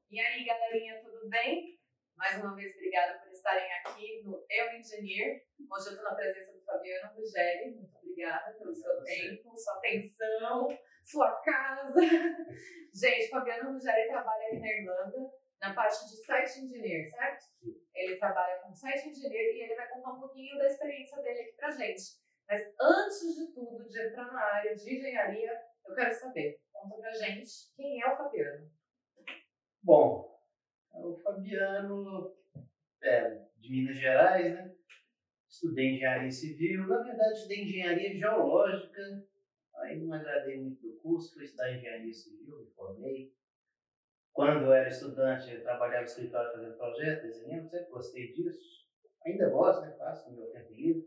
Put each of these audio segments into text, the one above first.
E aí, galerinha, tudo bem? Mais uma vez, obrigada por estarem aqui no Eu Engineer. Hoje eu estou na presença do Fabiano Ruggeri. Muito obrigada pelo seu tempo, sua atenção, sua casa. Gente, Fabiano Ruggeri trabalha aqui na Irlanda, na parte de Site Engineer, certo? Sim. Ele trabalha como Site Engineer e ele vai contar um pouquinho da experiência dele aqui pra gente. Mas antes de tudo, de entrar na área de engenharia, eu quero saber, conta pra gente, quem é o Fabiano? Bom, o Fabiano é de Minas Gerais, né? Estudei engenharia civil, na verdade estudei engenharia geológica, aí não agradei muito do curso, fui estudar engenharia civil, me formei. Quando eu era estudante, eu trabalhava no escritório fazendo projetos, desenhando, sempre gostei disso. Ainda gosto, né? Faço no meu tempo livre.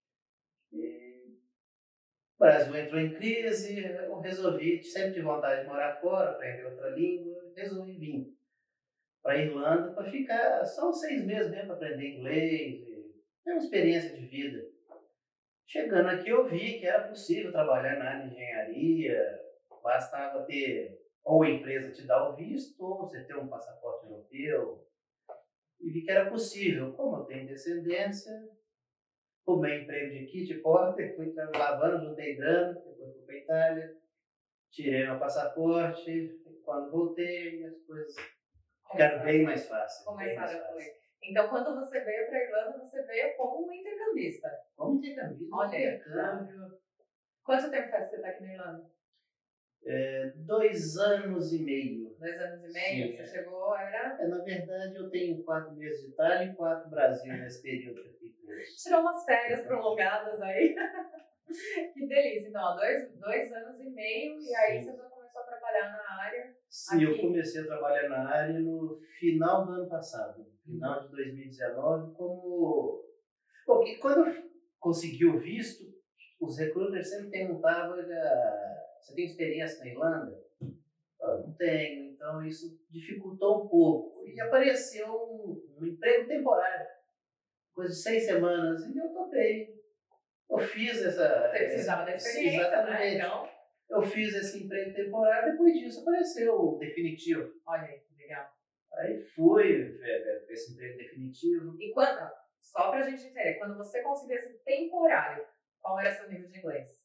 O Brasil entrou em crise, eu resolvi, sempre tive vontade de morar fora, aprender outra língua, resolvi vir para a Irlanda para ficar só uns 6 meses mesmo para aprender inglês, ter uma experiência de vida. Chegando aqui eu vi que era possível trabalhar na área de engenharia, bastava ter ou a empresa te dar o visto ou você ter um passaporte europeu. E vi que era possível. Como eu tenho descendência, arrumei emprego de kit porter, fui lavando, juntei grana, depois fui para a Itália, tirei meu passaporte, quando voltei as coisas ficaram bem mais fáceis. Começaram a fluir. Então, quando você veio para a Irlanda, você veio como um intercambista. Como intercambista, intercâmbio. Quanto tempo faz que você está aqui na Irlanda? 2 anos e meio. 2 anos e meio? Sim, você chegou, era... na verdade, eu tenho 4 meses de Itália e 4 Brasil nesse período que eu fiquei preso. Tirou umas férias prolongadas aí. Que delícia. Então, 2 anos e meio, e aí você já começou a trabalhar na área. Sim, aqui. Eu comecei a trabalhar na área no final do ano passado, no final de 2019, como... Porque quando eu consegui o visto, os recruiters sempre perguntavam, você tem experiência na Irlanda? Eu não tenho, então isso dificultou um pouco. E apareceu um emprego temporário, coisa de 6 semanas, e eu topei. Eu fiz essa... Você precisava da experiência, exatamente. né? Então... Eu fiz esse emprego temporário, depois disso apareceu o definitivo. Olha aí, que legal. Aí fui esse emprego definitivo. E quando, só pra gente entender, quando você conseguiu esse temporário, qual era seu nível de inglês?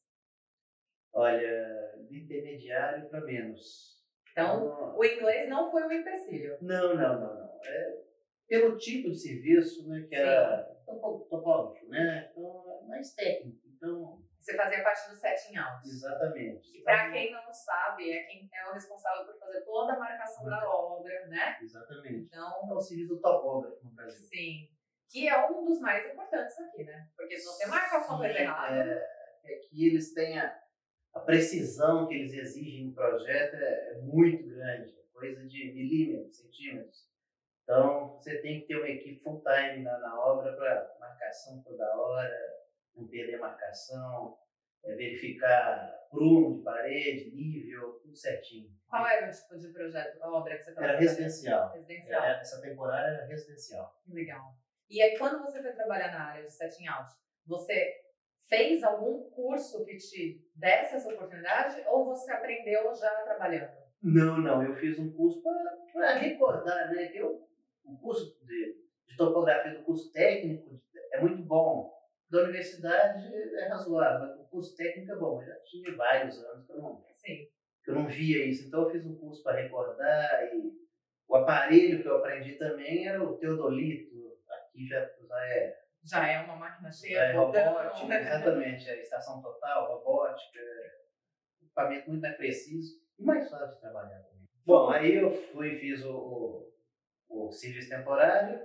Olha, de intermediário para menos. Então, o inglês não foi um empecilho. Não. Pelo tipo de serviço, né, que era topógrafo, né? Então, é mais técnico. Então, você fazia parte do setting out. Exatamente. E para quem não sabe, é quem é o responsável por fazer toda a marcação da obra, né? Exatamente. Então, é o serviço do topógrafo no Brasil. Sim. Que é um dos mais importantes aqui, né? Porque se você marca alguma coisa errada... É que eles têm a precisão que eles exigem no projeto é muito grande. É coisa de milímetros, centímetros. Então, você tem que ter uma equipe full time na obra para marcação toda hora, não perder marcação, verificar prumo de parede, nível, tudo certinho. Qual era o tipo de projeto, a obra que você estava fazendo? Era residencial. Residencial. Essa temporada era residencial. Que legal. E aí, quando você foi trabalhar na área de setting out, você fez algum curso que te desse essa oportunidade ou você aprendeu já trabalhando? Não. Eu fiz um curso para recordar, né? O curso de topografia do curso técnico é muito bom. Da universidade é razoável, mas o curso técnico é bom. Eu já tinha vários anos que eu não via isso. Então eu fiz um curso para recordar e o aparelho que eu aprendi também era o teodolito. Aqui já é uma máquina cheia. É robótica, exatamente. É estação total, robótica, equipamento muito mais preciso e mais fácil de trabalhar também. Bom, aí eu fiz o serviço temporário.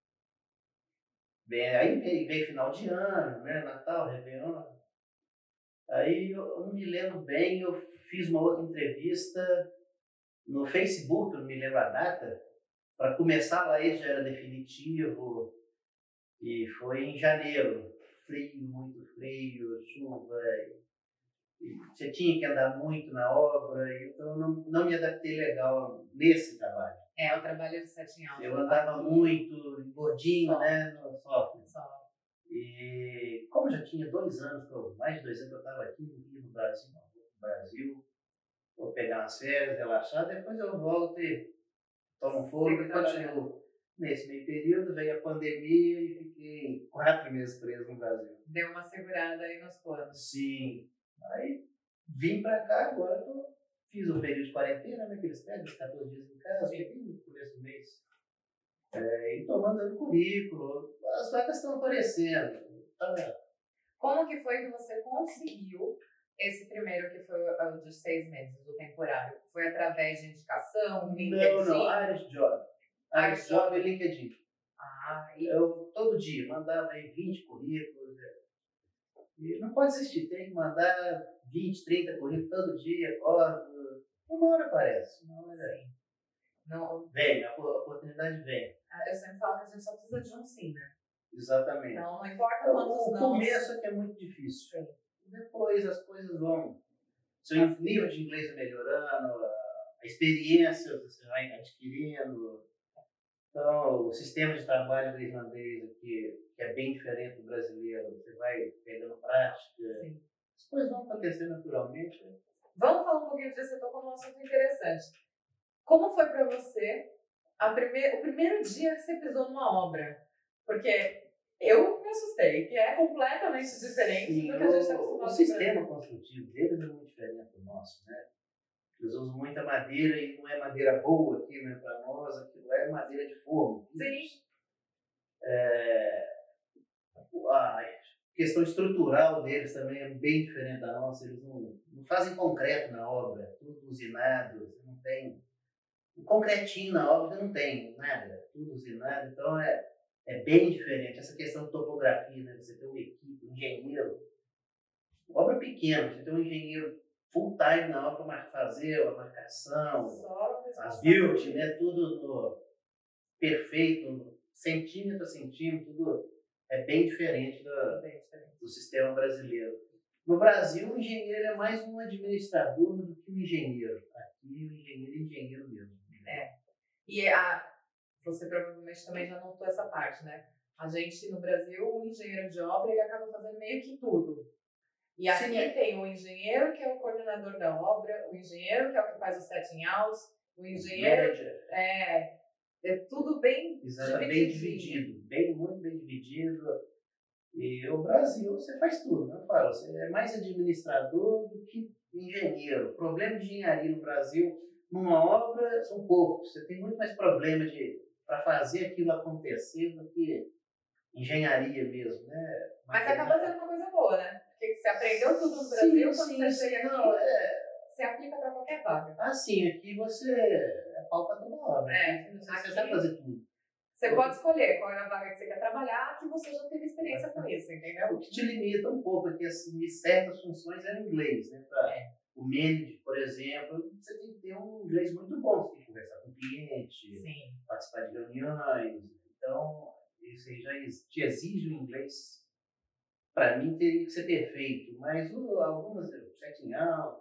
Bem, aí veio final de ano, né? Natal, Réveillon. Aí eu não me lembro bem, eu fiz uma outra entrevista no Facebook, eu não me lembro a data, para começar lá, esse já era definitivo, e foi em janeiro. Frio, muito frio, chuva, e você tinha que andar muito na obra, então eu não me adaptei legal nesse trabalho. É, o trabalho de setting out. Eu andava muito, gordinho, né, no software. E como já tinha 2 anos, mais de 2 anos que eu estava aqui, não via no Brasil, vou pegar umas férias, relaxar, depois eu volto e tomo fôlego e continuo. Nesse meio período veio a pandemia e fiquei 4 meses preso no Brasil. Deu uma segurada aí nos planos. Sim. Aí vim pra cá, agora fiz o período de quarentena, né, que eles pedem, os 14 dias em casa, fiquei no começo do mês. E estou mandando currículo, as vagas estão aparecendo. Tá. Como que foi que você conseguiu esse primeiro, que foi o de 6 meses, o temporário? Foi através de indicação, LinkedIn? Não, Irish Job. Irish Job e LinkedIn. Eu todo dia mandava aí 20 currículos. E não pode desistir, tem que mandar 20, 30 currículos todo dia, acordo. Uma hora aparece, uma hora sim. Não, vem, a oportunidade vem. Eu sempre falo que a gente só precisa de um sim, né? Exatamente. Então, não importa quantos não. O começo é que é muito difícil. Sim. Depois as coisas vão. Seu nível de inglês vai melhorando, a experiência você vai adquirindo. Então, o sistema de trabalho do irlandês aqui, que é bem diferente do brasileiro, você vai pegando prática. Sim. As coisas vão acontecer naturalmente. Vamos falar um pouquinho disso, você tocou num assunto interessante. Como foi para você o primeiro dia que você pisou numa obra? Porque eu me assustei, que é completamente diferente do que a gente está acostumado. O sistema construtivo deles é muito diferente do nosso, né? Eles usam muita madeira e não é madeira boa aqui, né? Para nós, aquilo é madeira de forno. Sim. A questão estrutural deles também é bem diferente da nossa. Eles não fazem concreto na obra, tudo usinado, você não tem. Um concretinho na obra não tem nada, tudo usinado, então é bem diferente. Essa questão de topografia, né? Você tem uma equipe, um engenheiro, obra pequena, você tem um engenheiro full time na obra para fazer a marcação, as build, né? Tudo perfeito, centímetro a centímetro, tudo é bem diferente do sistema brasileiro. No Brasil, o engenheiro é mais um administrador do que um engenheiro. Aqui, o engenheiro é engenheiro mesmo. E você provavelmente também já notou essa parte, né? A gente, no Brasil, o engenheiro de obra, ele acaba fazendo meio que tudo. E aqui tem o engenheiro, que é o coordenador da obra, o engenheiro, que é o que faz o setting out, o engenheiro... Manager. É tudo bem dividido. Muito bem dividido. E o Brasil, você faz tudo, né? Eu falo, você é mais administrador do que engenheiro. O problema de engenharia no Brasil, numa obra, são poucos. Você tem muito mais problema para fazer aquilo acontecer do que engenharia mesmo, né? Mas acaba sendo uma coisa boa, né? Porque você aprendeu tudo no Brasil, quando você chega aqui, você aplica para qualquer vaga. Sim, aqui você é pau para toda obra. Você sabe fazer tudo. Você pode escolher qual é a vaga que você quer trabalhar, que você já teve experiência com isso, entendeu? O que te limita um pouco é que assim, certas funções é em inglês, né? O manager, por exemplo, você tem que ter um inglês muito bom, você tem que conversar com o cliente, participar de reuniões. Então, isso aí já te exige o inglês. Para mim, teria que ser perfeito, mas algumas, setting out,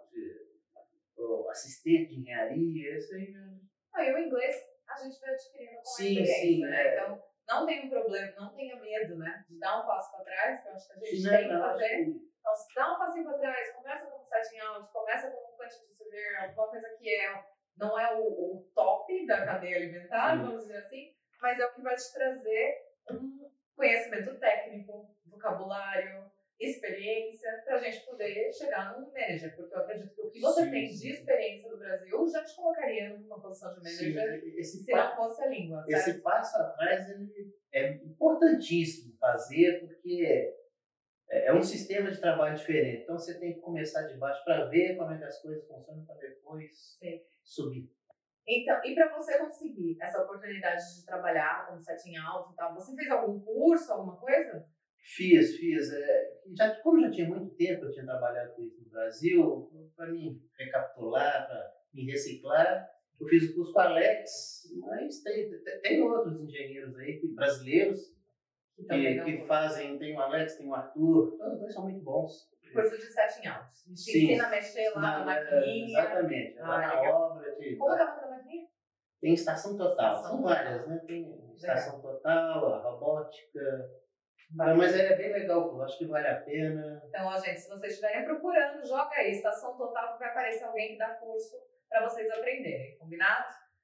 o assistente de engenharia, isso aí... E o inglês a gente vai adquirindo com a experiência, né? Então, não tem um problema, não tenha medo, né? De dar um passo para trás, que eu acho que a gente tem que fazer. Então, dá um passinho para trás, começa com um setting out, começa com um quantity surveyor, alguma coisa que não é o top da cadeia alimentar, vamos dizer assim, mas é o que vai te trazer um conhecimento técnico, vocabulário, experiência, para a gente poder chegar num manager, porque eu acredito que o que você tem de experiência do Brasil já te colocaria numa posição de manager se não fosse a língua. Certo? Esse passo atrás é importantíssimo fazer, porque é um sistema de trabalho diferente, então você tem que começar de baixo para ver como é que as coisas funcionam para depois subir. Então, e para você conseguir essa oportunidade de trabalhar como setting out e tal, você fez algum curso, alguma coisa? Fiz. Como já tinha muito tempo, eu tinha trabalhado com isso no Brasil, para me recapitular, para me reciclar, eu fiz o curso com a Alex, mas tem outros engenheiros aí, brasileiros, que fazem, tem o Alex, tem o Arthur, todos dois são muito bons. Curso de setting out. Te ensina a mexer lá na maquininha. Exatamente, lá na obra. Como é a maquininha? Tem estação total, são várias, né? Tem estação total, a robótica. Mas é bem legal, eu acho que vale a pena. Então, gente, se vocês estiverem procurando, joga aí, estação total, que vai aparecer alguém que dá curso para vocês aprenderem, combinado?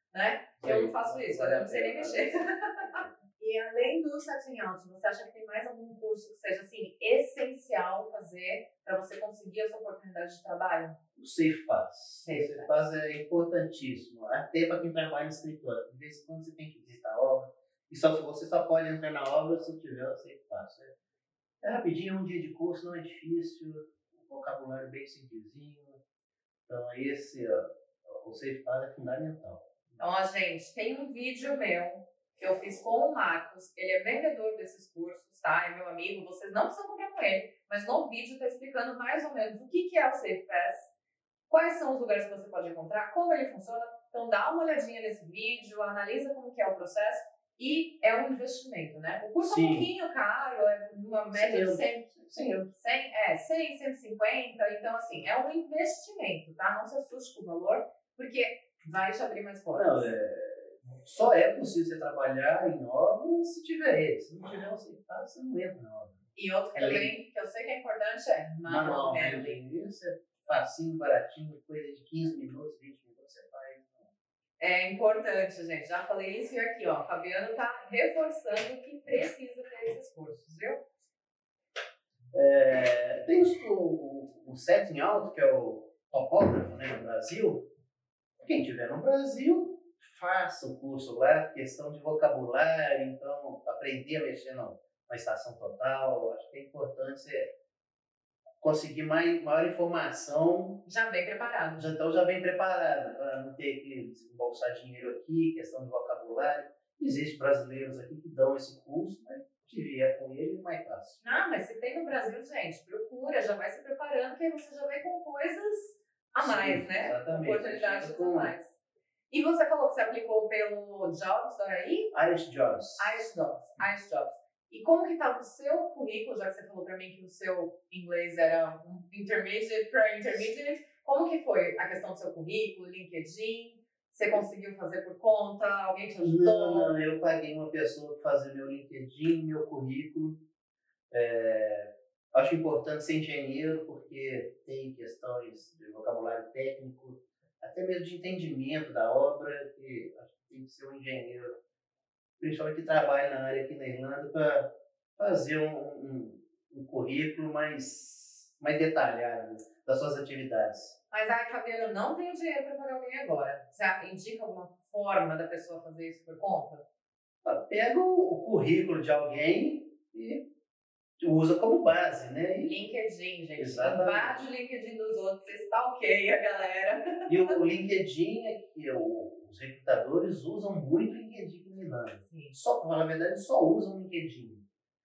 né? Eu não faço isso, eu não sei nem mexer. E além do Setting Out, você acha que tem mais algum curso que seja assim, essencial fazer para você conseguir essa oportunidade de trabalho? O Safe Pass. O Safe Pass é importantíssimo, até para quem trabalha no escritório. De vez em quando você tem que visitar a obra, e você só pode entrar na obra se tiver o Safe Pass. É rapidinho, um dia de curso, não é difícil, um vocabulário bem simplesinho. Então, o Safe Pass é fundamental. Então, ó, gente, tem um vídeo meu que eu fiz com o Marcos. Ele é vendedor desses cursos, tá? É meu amigo. Vocês não precisam comprar com ele, mas no vídeo tá explicando mais ou menos o que é o Safe Pass, quais são os lugares que você pode encontrar, como ele funciona. Então, dá uma olhadinha nesse vídeo, analisa como que é o processo. E é um investimento, né? O curso é um pouquinho caro, é uma média de 100, 150. Então, assim, é um investimento, tá? Não se assuste com o valor, porque vai te abrir mais portas. Não, só é possível você trabalhar em obra se tiver ele. Se não tiver você não entra na obra. E outro também, que eu sei que é importante, é manual handling. Isso é facinho, baratinho, coisa de 15 minutos, 20 minutos você faz. É importante, gente. Já falei isso e aqui, ó. Fabiano tá reforçando que precisa ter esses cursos, viu? Tem o Setting Out, que é o topógrafo, né, no Brasil. Quem estiver no Brasil, faça o curso lá, questão de vocabulário, então, aprender a mexer na estação total. Acho que é importante você conseguir maior informação. Já vem preparado. Então já vem preparado, para não ter que desembolsar dinheiro aqui, questão de vocabulário. Existem brasileiros aqui que dão esse curso, mas se vier com ele é mais fácil. Não, mas se tem no Brasil, gente, procura, já vai se preparando, que aí você já vem com coisas a mais, né? Exatamente. Oportunidades a mais. E você falou que você aplicou pelo Jobs.ai? Irish Jobs. Irish Jobs. E como que estava o seu currículo, já que você falou para mim que o seu inglês era um intermediate para intermediate, como que foi a questão do seu currículo, LinkedIn? Você conseguiu fazer por conta? Alguém te ajudou? Não, eu paguei uma pessoa para fazer meu LinkedIn, meu currículo. Acho importante ser engenheiro, porque tem questões de vocabulário técnico, até mesmo de entendimento da obra, que acho que tem que ser um engenheiro, principalmente que trabalha na área aqui na Irlanda, para fazer um currículo mais detalhado das suas atividades. Mas, Fabiano, não tenho dinheiro para pagar alguém agora. Você indica alguma forma da pessoa fazer isso por conta? Pega o currículo de alguém e usa como base, né? LinkedIn, gente. Exatamente. Invade o LinkedIn dos outros, você stalkeia a galera. E o LinkedIn é que os recrutadores usam muito o LinkedIn na Irlanda. Na verdade, só usam o LinkedIn.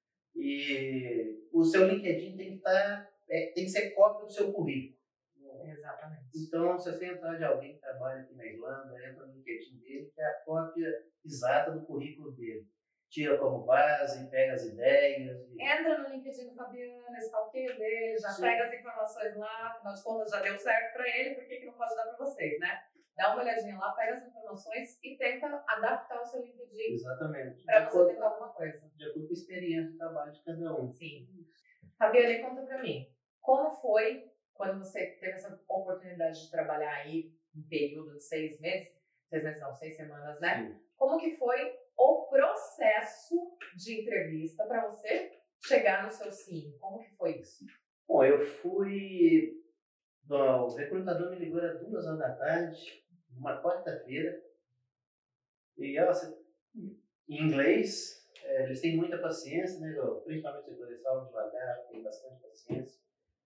E o seu LinkedIn tem que ser cópia do seu currículo. Exatamente. Então, se você entrar de alguém que trabalha aqui na Irlanda, entra no LinkedIn dele, que é a cópia exata do currículo dele. Tira como base, pega as ideias. Entra no LinkedIn do Fabiano, stalkeia dele, já pega as informações lá, afinal de contas já deu certo para ele, por que não pode dar para vocês, né? Dá uma olhadinha lá, pega as informações e tenta adaptar o seu LinkedIn. Exatamente. Para você tentar alguma coisa. De acordo com a experiência de trabalho de cada um. Sim. Fabiana, conta para mim, como foi quando você teve essa oportunidade de trabalhar aí um período de 6 meses, 6 semanas, né? Sim. Como que foi o processo de entrevista para você chegar no seu sim? Como que foi isso? Bom, eu fui... O recrutador me ligou às 2h da tarde, numa quarta-feira, e em inglês, eles têm muita paciência, né? Principalmente eles falam devagar, tem bastante paciência.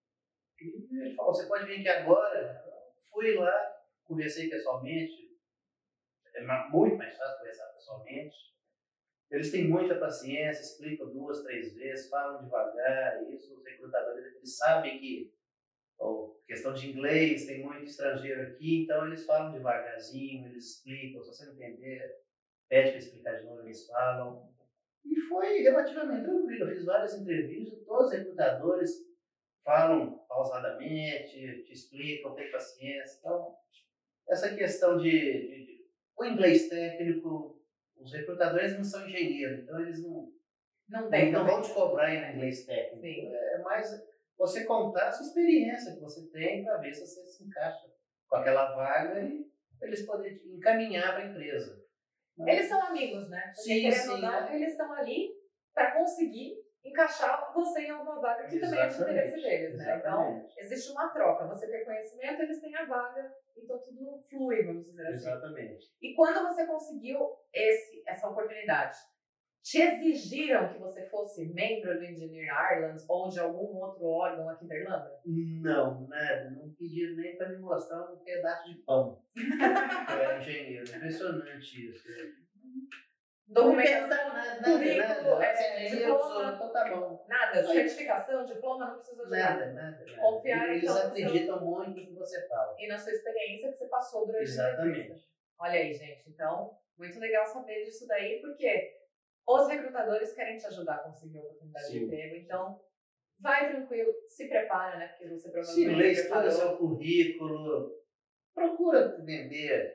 E ele falou, você pode vir aqui agora? Fui lá, conversei pessoalmente, é muito mais fácil conversar pessoalmente. Eles têm muita paciência, explicam 2, 3 vezes, falam devagar, isso os recrutadores eles sabem que questão de inglês, tem muito estrangeiro aqui, então eles falam devagarzinho, eles explicam, se você não entender, pede para explicar de novo, eles falam. E foi relativamente tranquilo, eu fiz várias entrevistas, todos os recrutadores falam pausadamente, te explicam, tem paciência. Então, essa questão de o inglês técnico, os recrutadores não são engenheiros, então eles não vão te cobrar em inglês técnico. Sim. É mais você contar a sua experiência que você tem para ver se você se encaixa com aquela vaga e para eles poderem encaminhar para a empresa. Eles são amigos, né? Porque, querendo ou não, eles estão ali para conseguir encaixar você em alguma vaga que também é de interesse deles, né? Então, existe uma troca. Você tem conhecimento, eles têm a vaga, então tudo flui, vamos dizer assim. Exatamente. E quando você conseguiu essa oportunidade, te exigiram que você fosse membro do Engineer Ireland ou de algum outro órgão aqui da Irlanda? Não, nada. Não pediram nem para me mostrar um pedaço de pão. Eu era engenheiro. Impressionante isso. Documentação, nada. currículo, diploma, então tá bom. Nada, certificação, diploma, não precisa de nada. Confiar eles então, acreditam muito no que você fala. E na sua experiência que você passou durante Exatamente. a entrevista. Olha aí, gente. Então, muito legal saber disso daí, porque os recrutadores querem te ajudar a conseguir a oportunidade de emprego. Então, vai tranquilo, se prepara, né? Porque você provavelmente lê, estuda o seu currículo, procura vender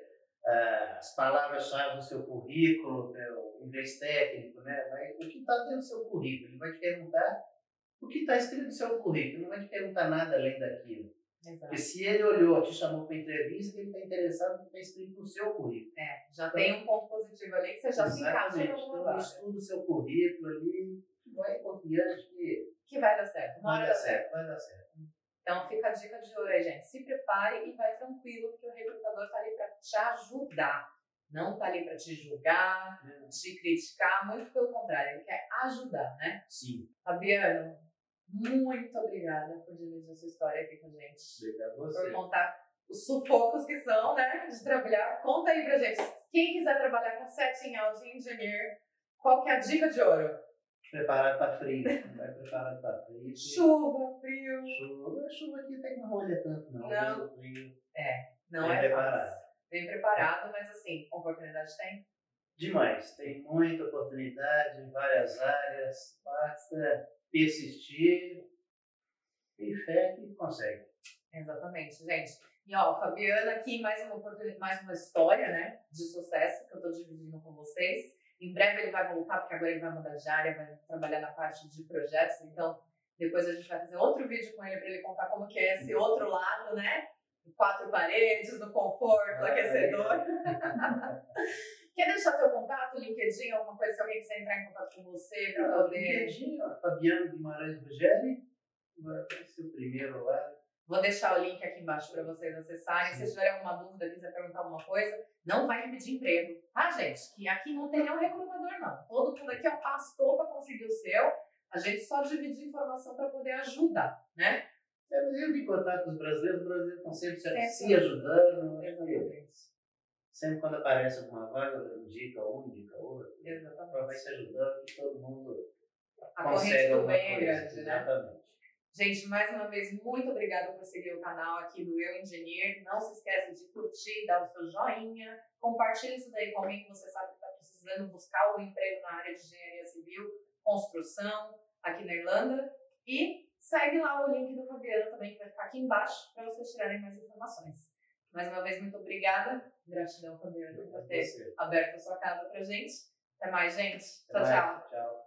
as palavras-chave do seu currículo, o inglês técnico, né? O que está dentro do seu currículo? Ele vai te perguntar o que está escrito no seu currículo, não vai te perguntar nada além daquilo. Exato. Porque se ele olhou, te chamou para entrevista, ele está interessado no que está escrito no seu currículo. Já tem um ponto positivo ali que você já se encaixa em alguma vaga. Estuda o seu currículo ali, vai confiante que vai dar certo. Vai dar certo. Então fica a dica de ouro aí, gente. Se prepare e vai tranquilo, porque o recrutador está ali para te ajudar. Não está ali para te julgar, te criticar, muito pelo contrário, ele quer ajudar, né? Sim. Fabiano, muito obrigada por dividir a sua história aqui com a gente. Obrigado a você. Por contar os sufocos que são, né, de trabalhar. Conta aí pra gente, quem quiser trabalhar com setting out e engineer, qual que é a dica de ouro? Preparado para frio. Vai preparado para frio. Chuva, frio. Chuva aqui até que não molha tanto, não. Não. Frio. Não bem é preparado. fácil. Bem preparado, mas assim, oportunidade tem? Demais. Tem muita oportunidade em várias áreas. Basta persistir e fé que consegue. Exatamente, gente. E ó, Fabiana aqui, mais uma história, né, de sucesso que eu tô dividindo com vocês. Em breve ele vai voltar, porque agora ele vai mudar de área, vai trabalhar na parte de projetos, então depois a gente vai fazer outro vídeo com ele para ele contar como que é esse outro lado, né? 4 paredes, no conforto, aquecedor. Quer deixar seu contato, LinkedIn, alguma coisa, se alguém quiser entrar em contato com você para poder... LinkedIn, Fabiano Guimarães Ruggeri, vai aparecer o primeiro lá. Vou deixar o link aqui embaixo para vocês acessarem. Se vocês tiverem alguma dúvida, quiser perguntar alguma coisa, não vai me pedir emprego, tá, gente? Que aqui não tem nenhum recrutador, não. Todo mundo aqui pastor para conseguir o seu. A gente só divide informação para poder ajudar, né? Eu vim contato com os brasileiros estão sempre se ajudando. Exatamente. Sempre quando aparece alguma vaga, indica indica outro. Exatamente. Vai se ajudando e todo mundo a consegue corrente do bem é coisa. grande, né? Exatamente. Gente, mais uma vez, muito obrigada por seguir o canal aqui do Eu Engineer. Não se esqueça de curtir, dar o seu joinha, compartilhe isso daí com alguém que você sabe que está precisando buscar um emprego na área de engenharia civil, construção, aqui na Irlanda. E segue lá o link do Fabiano também, que vai ficar aqui embaixo, para vocês tirarem mais informações. Mais uma vez, muito obrigada. Gratidão, Fabiano, por ter aberto a sua casa pra gente. Até mais, gente. Tchau, tchau. Tchau.